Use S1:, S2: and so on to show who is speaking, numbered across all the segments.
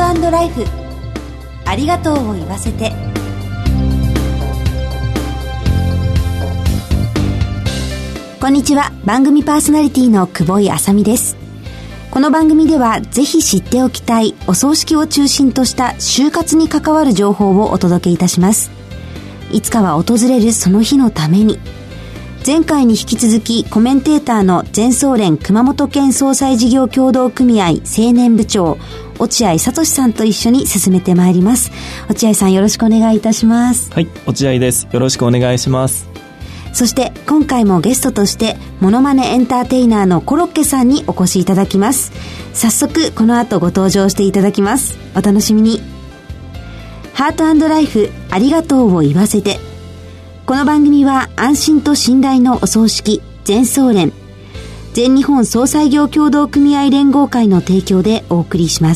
S1: ト&ライフ、ありがとうを言わせて。こんにちは、番組パーソナリティの久保井あさみです。この番組ではぜひ知っておきたいお葬式を中心とした就活に関わる情報をお届けいたします。いつかは訪れるその日のために、前回に引き続きコメンテーターの全総連熊本県総裁事業協同組合青年部長落合聡さんと一緒に進めてまいります。落合さん、よろしくお願いいたします。
S2: はい、落合です。よろしくお願いします。
S1: そして今回もゲストとしてモノマネエンターテイナーのコロッケさんにお越しいただきます。早速この後ご登場していただきます。お楽しみに。ハート&ライフ、ありがとうを言わせて。この番組は安心と信頼のお葬式全総連全日本総裁業協同組合連合会の提供でお送りします。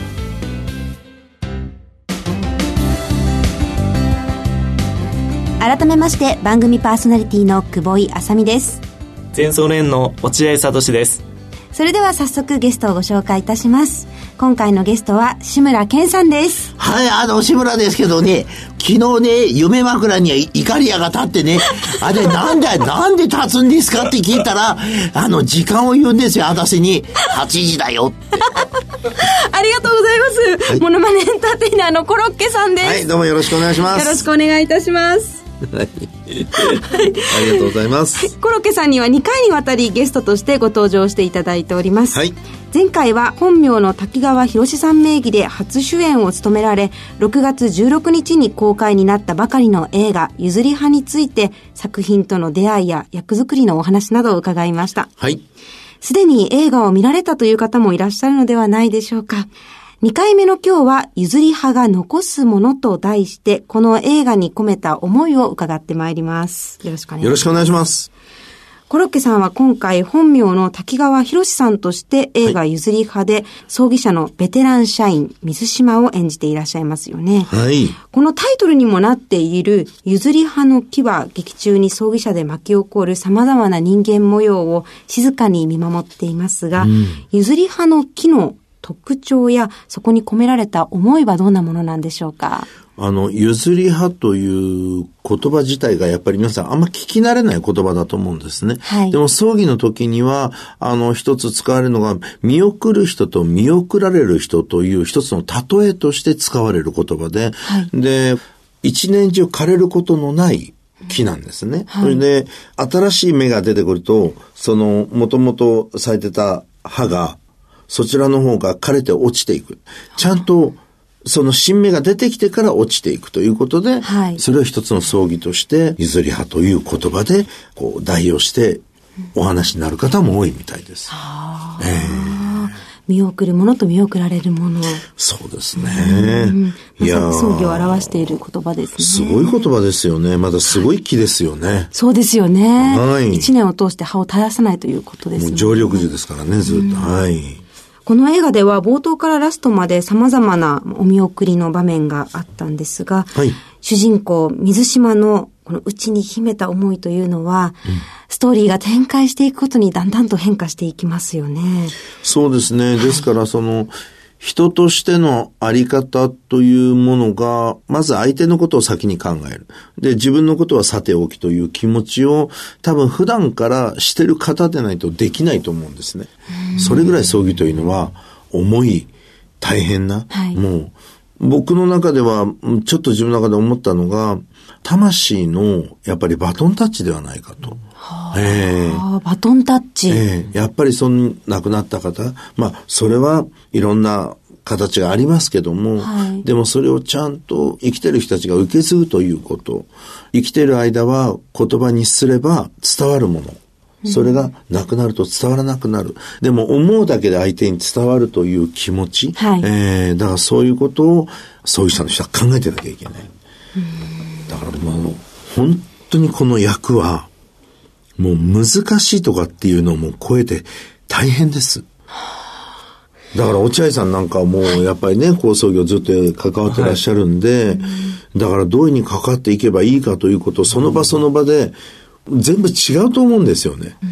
S1: 改めまして番組パーソナリティの久保井あさみです。
S2: 全総連の落合聡です。
S1: それでは早速ゲストをご紹介いたします。今回のゲストは志村けんさんです。
S3: はい、志村ですけどね、昨日ね、夢枕にイカリアが立ってね、あれなんで立つんですかって聞いたら、時間を言うんですよ、私に。8時だよって。
S1: ありがとうございます。はい、モノマネエンターテイナーのコロッケさんです。
S3: はい、どうもよろしくお願いします。
S1: よろしくお願いいたします。
S3: はい、ありがとうございます。
S1: はい、コロッケさんには2回にわたりゲストとしてご登場していただいております。はい、前回は本名の滝川博さん名義で初主演を務められ、6月16日に公開になったばかりの映画譲り派について作品との出会いや役作りのお話などを伺いました。
S3: はい。
S1: すでに映画を見られたという方もいらっしゃるのではないでしょうか。2回目の今日は譲り派が残すものと題して、この映画に込めた思いを伺ってまいります。よろしくお願いします。
S3: よろしくお願いします。
S1: コロッケさんは今回本名の滝川博さんとして映画譲り派で葬儀社のベテラン社員水島を演じていらっしゃいますよね。
S3: はい。
S1: このタイトルにもなっている譲り派の木は、劇中に葬儀社で巻き起こる様々な人間模様を静かに見守っていますが、譲り派の木の特徴やそこに込められた思いはどんなものなんでしょうか。
S3: 譲り派という言葉自体がやっぱり皆さんあんま聞き慣れない言葉だと思うんですね。はい、でも葬儀の時には一つ使われるのが見送る人と見送られる人という一つの例えとして使われる言葉で、はい、で一年中枯れることのない木なんですね。はい、それで新しい芽が出てくるともともと咲いてた葉がそちらの方が枯れて落ちていく。ちゃんとその新芽が出てきてから落ちていくということで、はい、それを一つの葬儀として譲り派という言葉で代用してお話になる方も多いみたいです。
S1: 見送るものと見送られるもの。
S3: そうですね。
S1: まさに葬儀を表している言葉ですね。
S3: すごい言葉ですよね。まだすごい木ですよね。はい、
S1: そうですよね。はい、1年を通して葉を絶やさないということですね。
S3: もう常緑樹ですからね、ずっと。はい。
S1: この映画では冒頭からラストまで様々なお見送りの場面があったんですが、はい、主人公水島のこの内に秘めた思いというのは、ストーリーが展開していくことにだんだんと変化していきますよね。
S3: そうですね。ですから人としてのあり方というものが、まず相手のことを先に考える。で、自分のことはさておきという気持ちを多分普段からしてる方でないとできないと思うんですね。それぐらい葬儀というのは重い、大変な、はい、もう僕の中ではちょっと自分の中で思ったのが、魂のやっぱりバトンタッチではないかと。
S1: バトンタッチ。
S3: やっぱり亡くなった方、それはいろんな形がありますけども、はい、でもそれをちゃんと生きてる人たちが受け継ぐということ、生きてる間は言葉にすれば伝わるもの。それがなくなると伝わらなくなる。でも思うだけで相手に伝わるという気持ち、はい、だからそういうことを葬儀社の人は考えてなきゃいけない。だからもう本当にこの役はもう難しいとかっていうのをもう超えて大変です。だから落合さんなんかはもうやっぱりね、葬儀をずっと関わってらっしゃるんで、はい、だからどういうふうに関わっていけばいいかということをその場その場で全部違うと思うんですよね。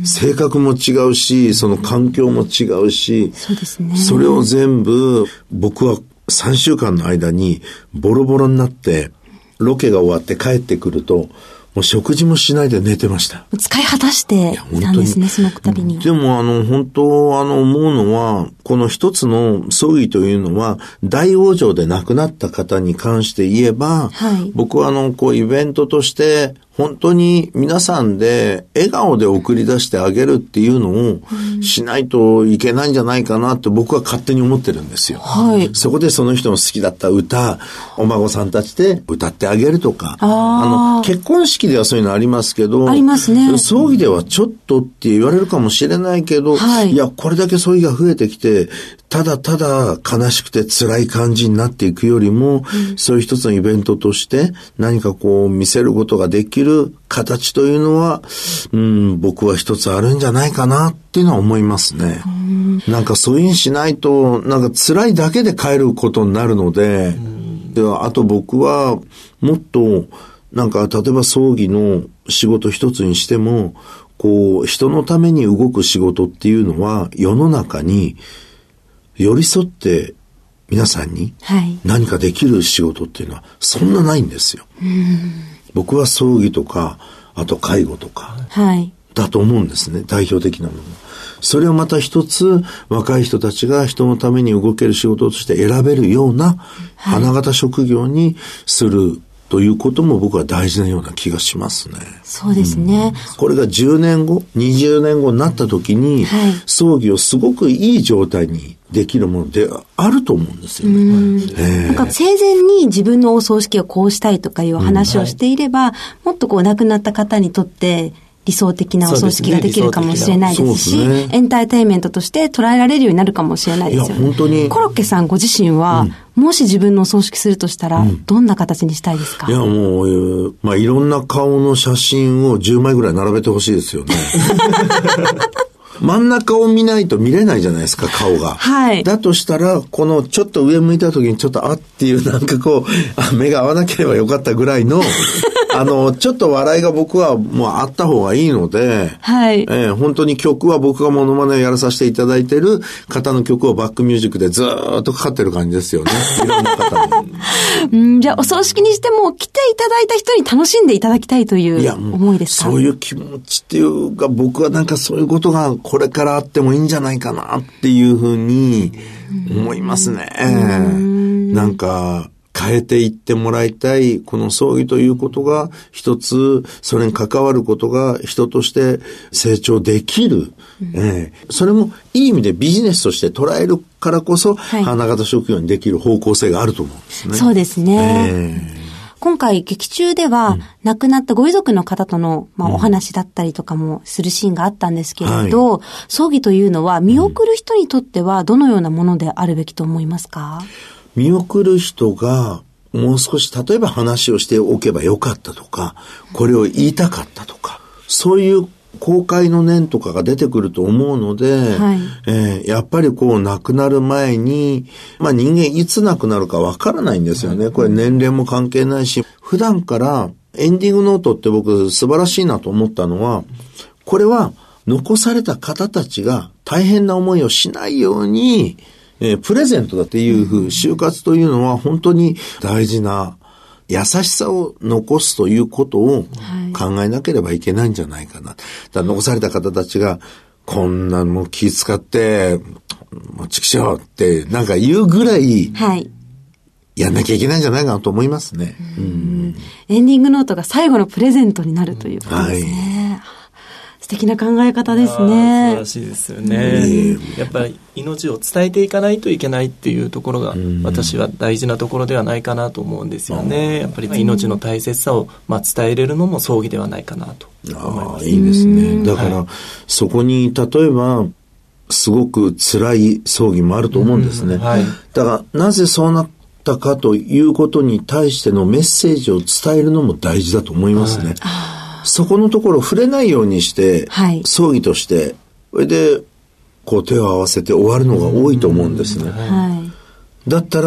S3: 性格も違うし、その環境も違うし、
S1: そうですね。
S3: それを全部、僕は3週間の間にボロボロになって、ロケが終わって帰ってくると、もう食事もしないで寝てました。
S1: 使い果たしてたんですね、その度に。
S3: でも本当思うのは、この一つの葬儀というのは、大往生で亡くなった方に関して言えば、僕はイベントとして、本当に皆さんで笑顔で送り出してあげるっていうのをしないといけないんじゃないかなって僕は勝手に思ってるんですよ。そこでその人の好きだった歌、お孫さんたちで歌ってあげるとか、結婚式ではそういうのありますけど、
S1: ありますね。
S3: 葬儀ではちょっとって言われるかもしれないけど、いや、これだけ葬儀が増えてきて、ただただ悲しくて辛い感じになっていくよりも、そういう一つのイベントとして何か見せることができる形というのは、僕は一つあるんじゃないかなっていうのは思いますね。なんかそういうにしないと、なんか辛いだけで帰ることになるので、あと僕はもっと、なんか例えば葬儀の仕事一つにしても、人のために動く仕事っていうのは世の中に寄り添って皆さんに何かできる仕事っていうのはそんなないんですよ。僕は葬儀とか、あと介護とかだと思うんですね、代表的なもの。それをまた一つ若い人たちが人のために動ける仕事として選べるような花形職業にするということも僕は大事なような気がしますね。
S1: そうですね。
S3: これが10年後、20年後になった時に、葬儀をすごくいい状態にできるものであると思うんですよね。
S1: なんか生前に自分のお葬式をこうしたいとかいう話をしていれば、もっと亡くなった方にとって理想的なお葬式ができるかもしれないですし、エンターテインメントとして捉えられるようになるかもしれないですよね。
S3: いや、本当に。
S1: コロッケさんご自身は、もし自分のお葬式するとしたら、どんな形にしたいですか？
S3: いや、もう、いろんな顔の写真を10枚ぐらい並べてほしいですよね。真ん中を見ないと見れないじゃないですか、顔が。だとしたら、このちょっと上向いた時にちょっとっていう目が合わなければよかったぐらいの、ちょっと笑いが僕はもうあった方がいいので、本当に曲は僕がモノマネをやらさせていただいている方の曲をバックミュージックでずーっとかかってる感じですよね。いろんな方
S1: に。じゃあお葬式にしても来ていただいた人に楽しんでいただきたいという思いですか？
S3: そういう気持ちっていうか、僕はなんかそういうことがこれからあってもいいんじゃないかなっていうふうに思いますね。なんか変えていってもらいたい、この葬儀ということが一つ、それに関わることが人として成長できる。それもいい意味でビジネスとして捉えるからこそ、花形職業にできる方向性があると思うんですね。
S1: そうですね。今回劇中では、亡くなったご遺族の方との、お話だったりとかもするシーンがあったんですけれど、葬儀というのは見送る人にとってはどのようなものであるべきと思いますか？
S3: 見送る人がもう少し例えば話をしておけばよかったとか、これを言いたかったとか、そういう後悔の念とかが出てくると思うので、やっぱり亡くなる前に、人間いつ亡くなるかわからないんですよね。これ年齢も関係ないし、普段からエンディングノートって僕素晴らしいなと思ったのは、これは残された方たちが大変な思いをしないように、プレゼントだっていうふう、就活というのは本当に大事な優しさを残すということを考えなければいけないんじゃないかな。だから残された方たちがこんなもう気使ってちくしょうってなんか言うぐらいやんなきゃいけないんじゃないかなと思いますね。
S1: エンディングノートが最後のプレゼントになるということですね。素敵な考え方ですね。
S2: 素晴らしいですよね。やっぱり命を伝えていかないといけないっていうところが私は大事なところではないかなと思うんですよね。やっぱり命の大切さを伝えれるのも葬儀ではないかなと思います。
S3: いいですね。だからそこに例えばすごく辛い葬儀もあると思うんですね。だからなぜそうなったかということに対してのメッセージを伝えるのも大事だと思いますね。そこのところを触れないようにして、葬儀として、それで、手を合わせて終わるのが多いと思うんですね。だったら、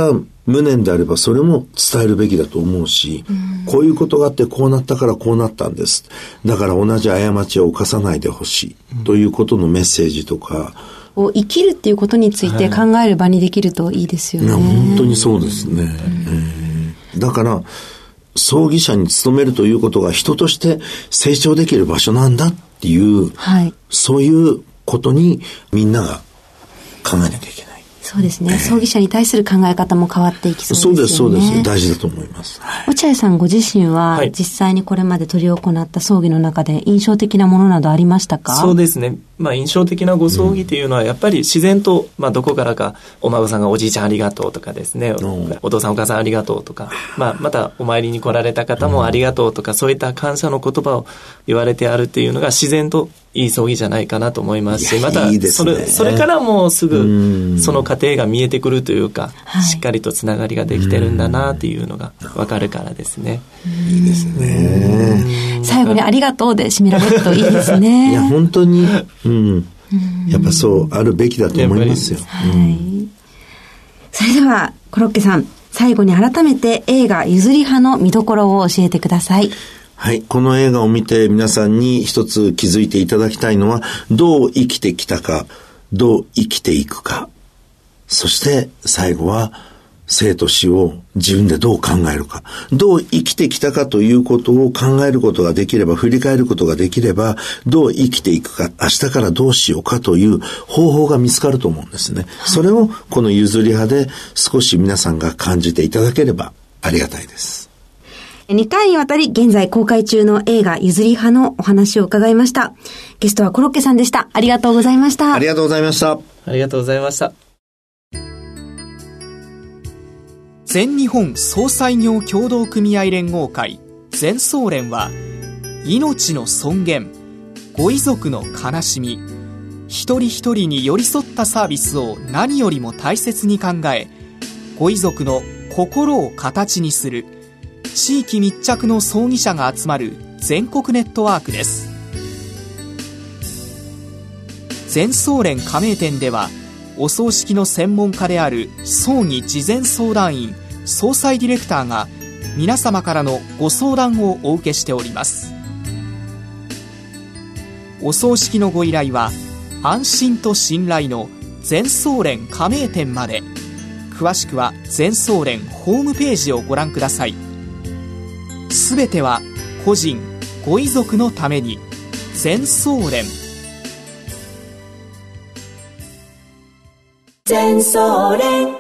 S3: 無念であればそれも伝えるべきだと思うし、こういうことがあってこうなったからこうなったんです。だから同じ過ちを犯さないでほしい、ということのメッセージとか、
S4: 生きるっていうことについて考える場にできるといいですよね。
S3: 本当にそうですね。だから葬儀社に勤めるということが人として成長できる場所なんだっていう、そういうことにみんなが考えなきゃいけない。
S4: そうですね。葬儀社に対する考え方も変わっていきそうですよね。
S3: そうです、そうです。大事だと思います。
S4: 落合さんご自身は、実際にこれまで執り行った葬儀の中で印象的なものなどありましたか？
S2: そうですね。印象的なご葬儀というのはやっぱり自然と、どこからかお孫さんがおじいちゃんありがとうとかですね、お父さんお母さんありがとうとか、またお参りに来られた方もありがとうとか、そういった感謝の言葉を言われてあるっていうのが自然といい葬儀じゃないかなと思いますし、またそれからもうすぐその過程が見えてくるというか、しっかりとつながりができてるんだなっていうのが分かるからですね。
S3: いいですね。
S4: 最後にありがとうで締められるといいですね。
S3: いや本当に、やっぱそうあるべきだと思いますよ。
S4: それではコロッケさん、最後に改めて映画ゆずり派の見どころを教えてください。
S3: はい。この映画を見て皆さんに一つ気づいていただきたいのは、どう生きてきたか、どう生きていくか。そして最後は、生と死を自分でどう考えるか。どう生きてきたかということを考えることができれば、振り返ることができれば、どう生きていくか、明日からどうしようかという方法が見つかると思うんですね。それをこのゆずり派で少し皆さんが感じていただければありがたいです。
S1: 2回にわたり現在公開中の映画ゆずり派のお話を伺いました。ゲストはコロッケさんでした。ありがとうございました。
S3: ありがとうございました。
S2: ありがとうございました。
S5: 全日本葬祭業協同組合連合会全葬連は、命の尊厳、ご遺族の悲しみ、一人一人に寄り添ったサービスを何よりも大切に考え、ご遺族の心を形にする地域密着の葬儀社が集まる全国ネットワークです。全葬連加盟店では、お葬式の専門家である葬儀事前相談員、葬祭ディレクターが皆様からのご相談をお受けしております。お葬式のご依頼は安心と信頼の全葬連加盟店まで。詳しくは全葬連ホームページをご覧ください。すべては個人ご遺族のために。全葬連。
S1: 全葬連。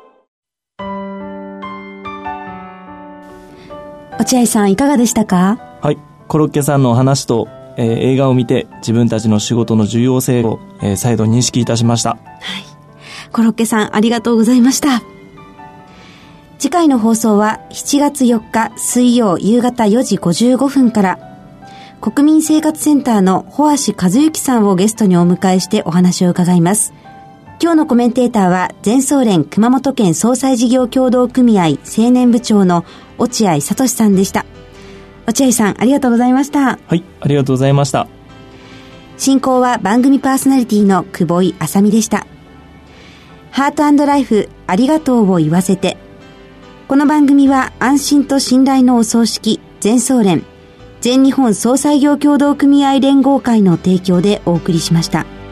S1: 落合さんいかがでしたか？
S2: はい、コロッケさんのお話と、映画を見て自分たちの仕事の重要性を、再度認識いたしました。はい、
S1: コロッケさんありがとうございました。次回の放送は7月4日水曜夕方4時55分から、国民生活センターの保橋和幸さんをゲストにお迎えしてお話を伺います。今日のコメンテーターは全葬連熊本県葬祭事業協同組合青年部長の落合聡さんでした。落合さんありがとうございました。
S2: はい、ありがとうございました。
S1: 進行は番組パーソナリティの久保井あさみでした。ハート&ライフありがとうを言わせて。この番組は安心と信頼のお葬式全葬連全日本葬祭業協同組合連合会の提供でお送りしました。